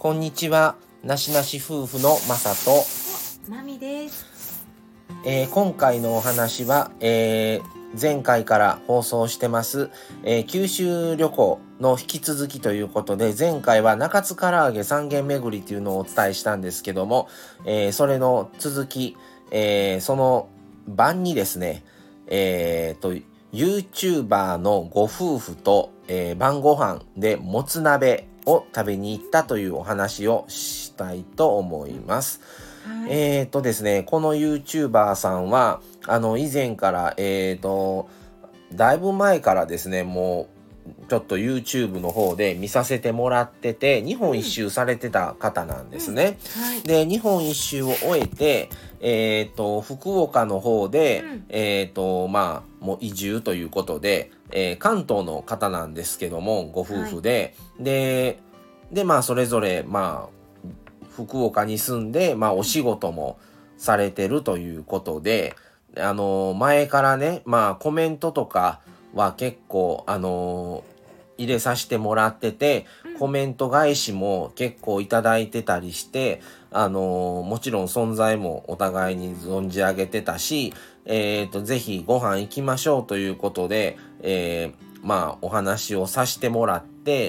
こんにちは。なしなし夫婦のまさとまみです。 今回のお話は、前回から放送してます、九州旅行の引き続きということで、前回は中津唐揚げ3軒巡りというのをお伝えしたんですけども、それの続き、その晩にですね、YouTuber のご夫婦と、晩ご飯でもつ鍋を食べに行ったというお話をしたいと思います。 はい、 ですね、この YouTuber さんは、以前から、だいぶ前からですね、もう、ちょっと YouTube の方で見させてもらってて、日本一周されてた方なんですね。 はい、 で、日本一周を終えて、福岡の方で、もう移住ということで、関東の方なんですけども、ご夫婦で、で、それぞれ、福岡に住んで、お仕事もされてるということで、前からね、コメントとかは結構、入れさせてもらってて、コメント返しも結構いただいてたりして、もちろん存在もお互いに存じ上げてたし、ぜひご飯行きましょうということで、お話をさせてもらって、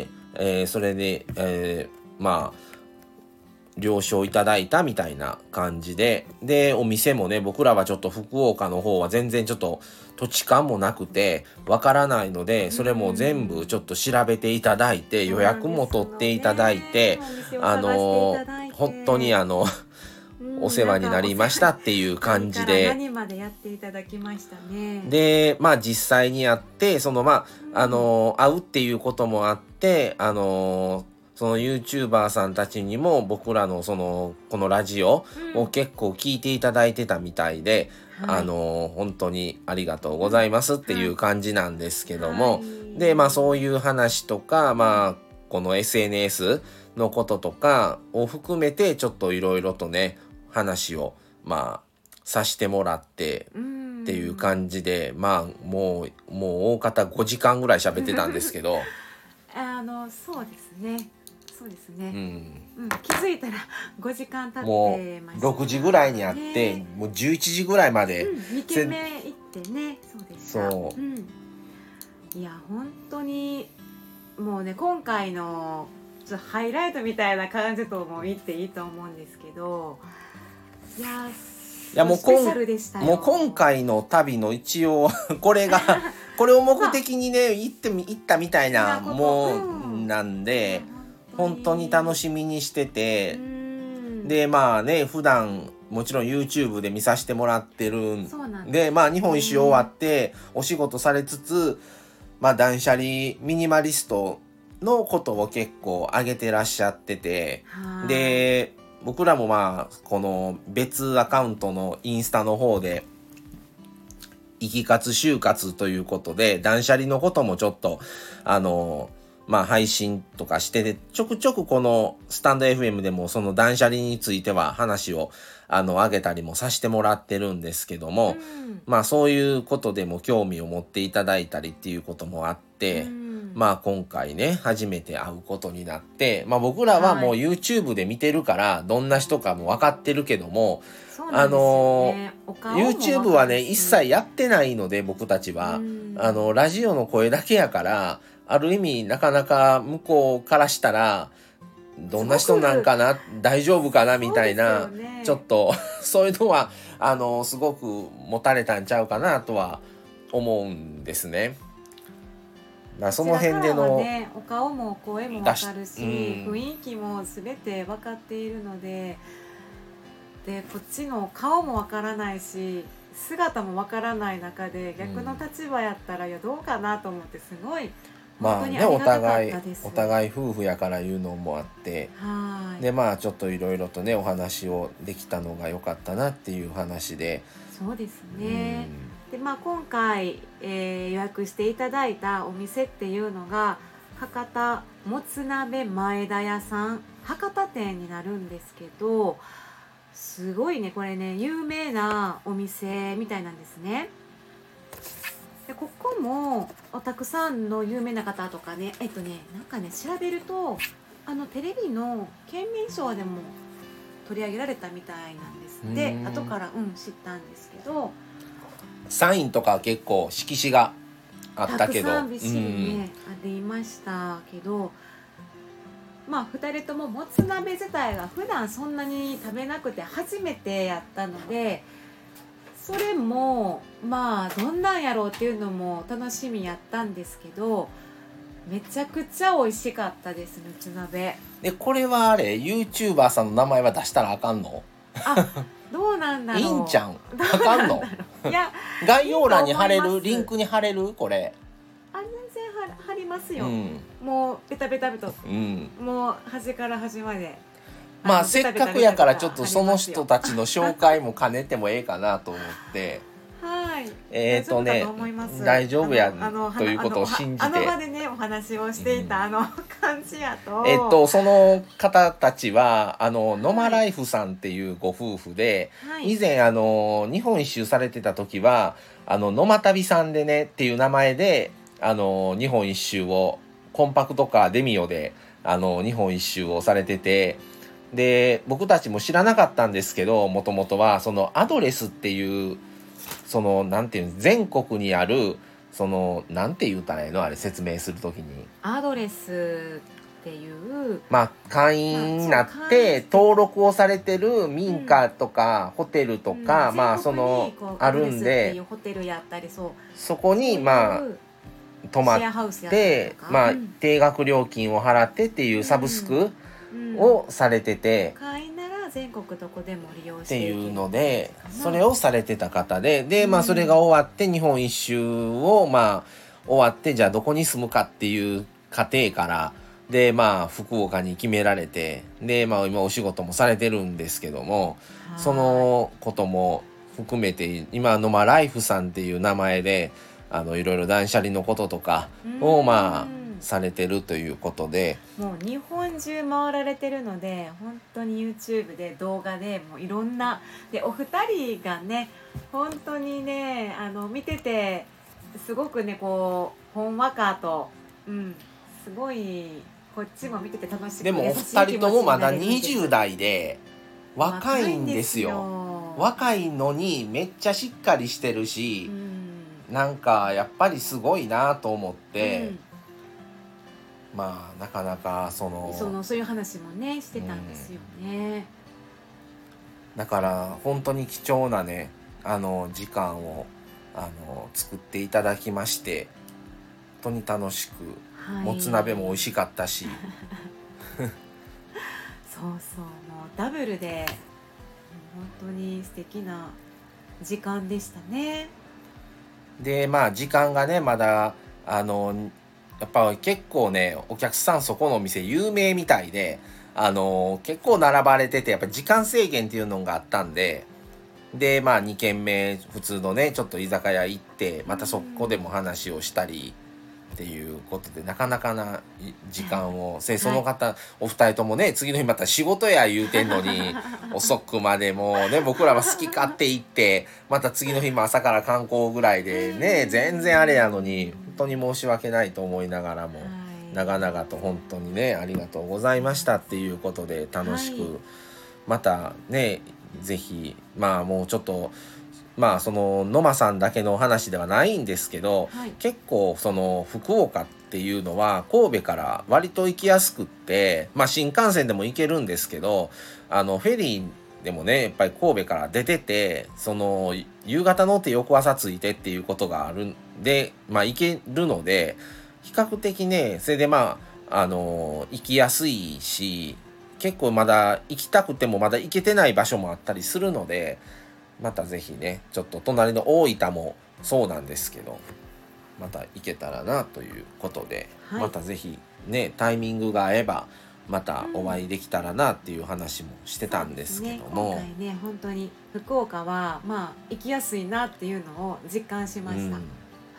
それで、了承いただいたみたいな感じで、お店もね、僕らはちょっと福岡の方は全然ちょっと土地勘もなくてわからないので、それも全部ちょっと調べていただいて、予約も取っていただいて、本当にお世話になりましたっていう感じで、 何までやっていただきましたね。 で、実際に会って、会うっていうこともあって、その YouTuber さんたちにも僕らのこのラジオを結構聞いていただいてたみたいで、本当にありがとうございますっていう感じなんですけども、で、そういう話とか、この SNS のこととかを含めてちょっといろいろとね、話をさしてもらってっていう感じで、もう大方5時間ぐらい喋ってたんですけどそうですね、気づいたら5時間経ってました。 もう6時ぐらいに会って、もう11時ぐらいまで、 2軒目行ってね、そうでした。いや本当にもうね、今回のちょっとハイライトみたいな感じとも言っていいと思うんですけど、いやもうスペシャルでしたよ。 もう今回の旅の一応これを目的にね、行ったみたいなもんなんで、本当に楽しみにしてて、で普段もちろん YouTube で見させてもらってるんで、日本一周終わってお仕事されつつ、断捨離ミニマリストのことを結構上げてらっしゃってて、で僕らもこの別アカウントのインスタの方で生き活就活ということで断捨離のこともちょっと配信とかしてて、ちょくちょくこのスタンド FM でもその断捨離については話を上げたりもさせてもらってるんですけども、そういうことでも興味を持っていただいたりっていうこともあって、今回ね初めて会うことになって、僕らはもう YouTube で見てるからどんな人かも分かってるけども、YouTube はね一切やってないので、僕たちはラジオの声だけやから、ある意味なかなか向こうからしたらどんな人なんかな、大丈夫かなみたいな、ちょっとそういうのはすごく持たれたんちゃうかなとは思うんですね。その辺での、 お顔も声も分かるし、雰囲気も全て分かっているので、こっちの顔も分からないし姿も分からない中で、逆の立場やったらどうかなと思って、すごい本当にありがたかったです。 お互い夫婦やからいうのもあって、でちょっといろいろとねお話をできたのが良かったなっていう話で、 そうですね。で今回、予約していただいたお店っていうのが博多もつ鍋前田屋さん博多店になるんですけど、すごいね、これね有名なお店みたいなんですね。でここもたくさんの有名な方とかね、なんかね調べるとテレビの県民賞でも取り上げられたみたいなんですって後から知ったんですけど、 サインとか結構色紙があったけどたくさんびっしりね、ありましたけど、まあ2人とももつ鍋自体が普段そんなに食べなくて初めてやったので、それもまあどんなんやろうっていうのも楽しみやったんですけど、めちゃくちゃ美味しかったです、もつ鍋。 でこれはあれ YouTuber さんの名前は出したらあかんの？ どうなんだろう。 いいんちゃん？あかんの？ いや概要欄に貼れる、リンクに貼れるこれ。 全然貼りますよ、もうベタベタベタ、もう端から端まで。 まあせっかくやからちょっとその人たちの紹介も兼ねてもええかなと思ってはい大丈夫やということを信じて、 あの場でねお話をしていた感じやと、 その方たちはノマライフさんっていうご夫婦で、以前日本一周されてた時はノマ旅さんでねっていう名前で日本一周をコンパクトカーデミオで日本一周をされてて、で僕たちも知らなかったんですけど、もともとはそのアドレスっていうそのなんていう全国にあるそのなんて言うたらいいのあれ説明するときにアドレスっていう会員になって登録をされてる民家とかホテルとかそのあるんで、 ホテルやったりそこに泊まって定額料金を払ってっていうサブスクをされてて、 会員なら全国どこでも利用してっていうのでそれをされてた方で、それが終わって日本一周を終わってじゃあどこに住むかっていう過程からで福岡に決められてで今お仕事もされてるんですけども、そのことも含めて今のライフさんっていう名前でいろいろ断捨離のこととかをされてるということで、 もう日本中回られてるので本当に YouTube で動画でもういろんなでお二人がね本当にね見ててすごくねこうほんわかと、すごいこっちも見てて楽しくでもお二人ともまだ20代で若いんですよ。若いのにめっちゃしっかりしてるし、なんかやっぱりすごいなと思って、なかなかそういう話もねしてたんですよね。 だから本当に貴重なね時間を作っていただきまして、本当に楽しく、もつ鍋も美味しかったしそうもうダブルで本当に素敵な時間でしたね。 で時間がねまだやっぱ結構ねお客さんそこのお店有名みたいで結構並ばれててやっぱ時間制限っていうのがあったんで2軒目普通のねちょっと居酒屋行ってまたそこでも話をしたりっていうことでなかなかな時間をその方、お二人ともね次の日また仕事や言うてんのに遅くまでもね僕らは好き勝手行ってまた次の日も朝から観光ぐらいでね全然あれやのに本当に申し訳ないと思いながらも、長々と本当にねありがとうございましたっていうことで楽しく、またねぜひもうちょっとその野間さんだけの話ではないんですけど、結構その福岡っていうのは神戸から割と行きやすくって新幹線でも行けるんですけどフェリーでもねやっぱり神戸から出ててその夕方乗って翌朝着いてっていうことがあるんで行けるので比較的ねそれで行きやすいし結構まだ行きたくてもまだ行けてない場所もあったりするのでまたぜひねちょっと隣の大分もそうなんですけどまた行けたらなということで、またぜひねタイミングが合えばまたお会いできたらなっていう話もしてたんですけども、 今回ね本当に福岡は行きやすいなっていうのを実感しました。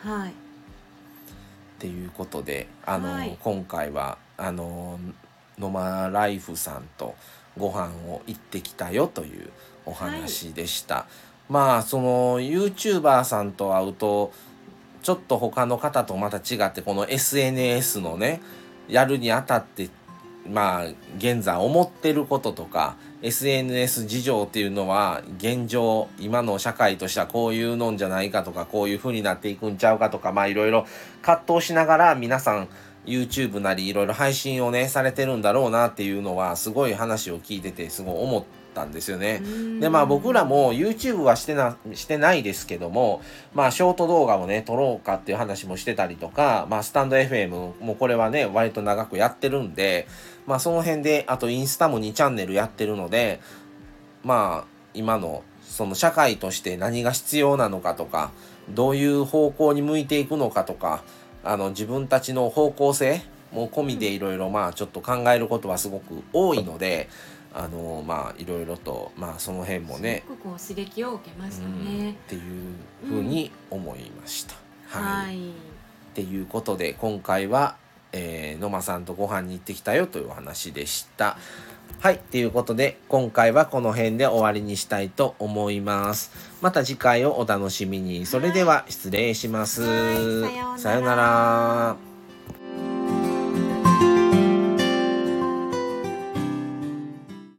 っていうことで今回はノマライフさんとご飯を行ってきたよというお話でした。その YouTuber さんと会うとちょっと他の方とまた違ってこの SNS のねやるにあたってまあ現在思ってることとか SNS 事情っていうのは現状今の社会としてはこういうのんじゃないかとか、こういう風になっていくんちゃうかとか、まあいろいろ葛藤しながら皆さん YouTube なりいろいろ配信をねされてるんだろうなっていうのはすごい話を聞いててすごい思ったんですよね。でまあ僕らも YouTube はしてないですけども、まあショート動画をね撮ろうかっていう話もしてたりとか、まあスタンド FM もこれはね割と長くやってるんで、まあその辺で、あとインスタも2チャンネルやってるので、まあ今のその社会として何が必要なのかとか、どういう方向に向いていくのかとか、自分たちの方向性も込みでいろいろまあちょっと考えることはすごく多いので、まあいろいろとまあその辺もねすごくこう刺激を受けましたね、 っていうふうに思いました。 はい、 っていうことで今回は、野間さんとご飯に行ってきたよというお話でした。はい。ということで、今回はこの辺で終わりにしたいと思います。また次回をお楽しみに。それでは失礼します。 はい、 さようなら。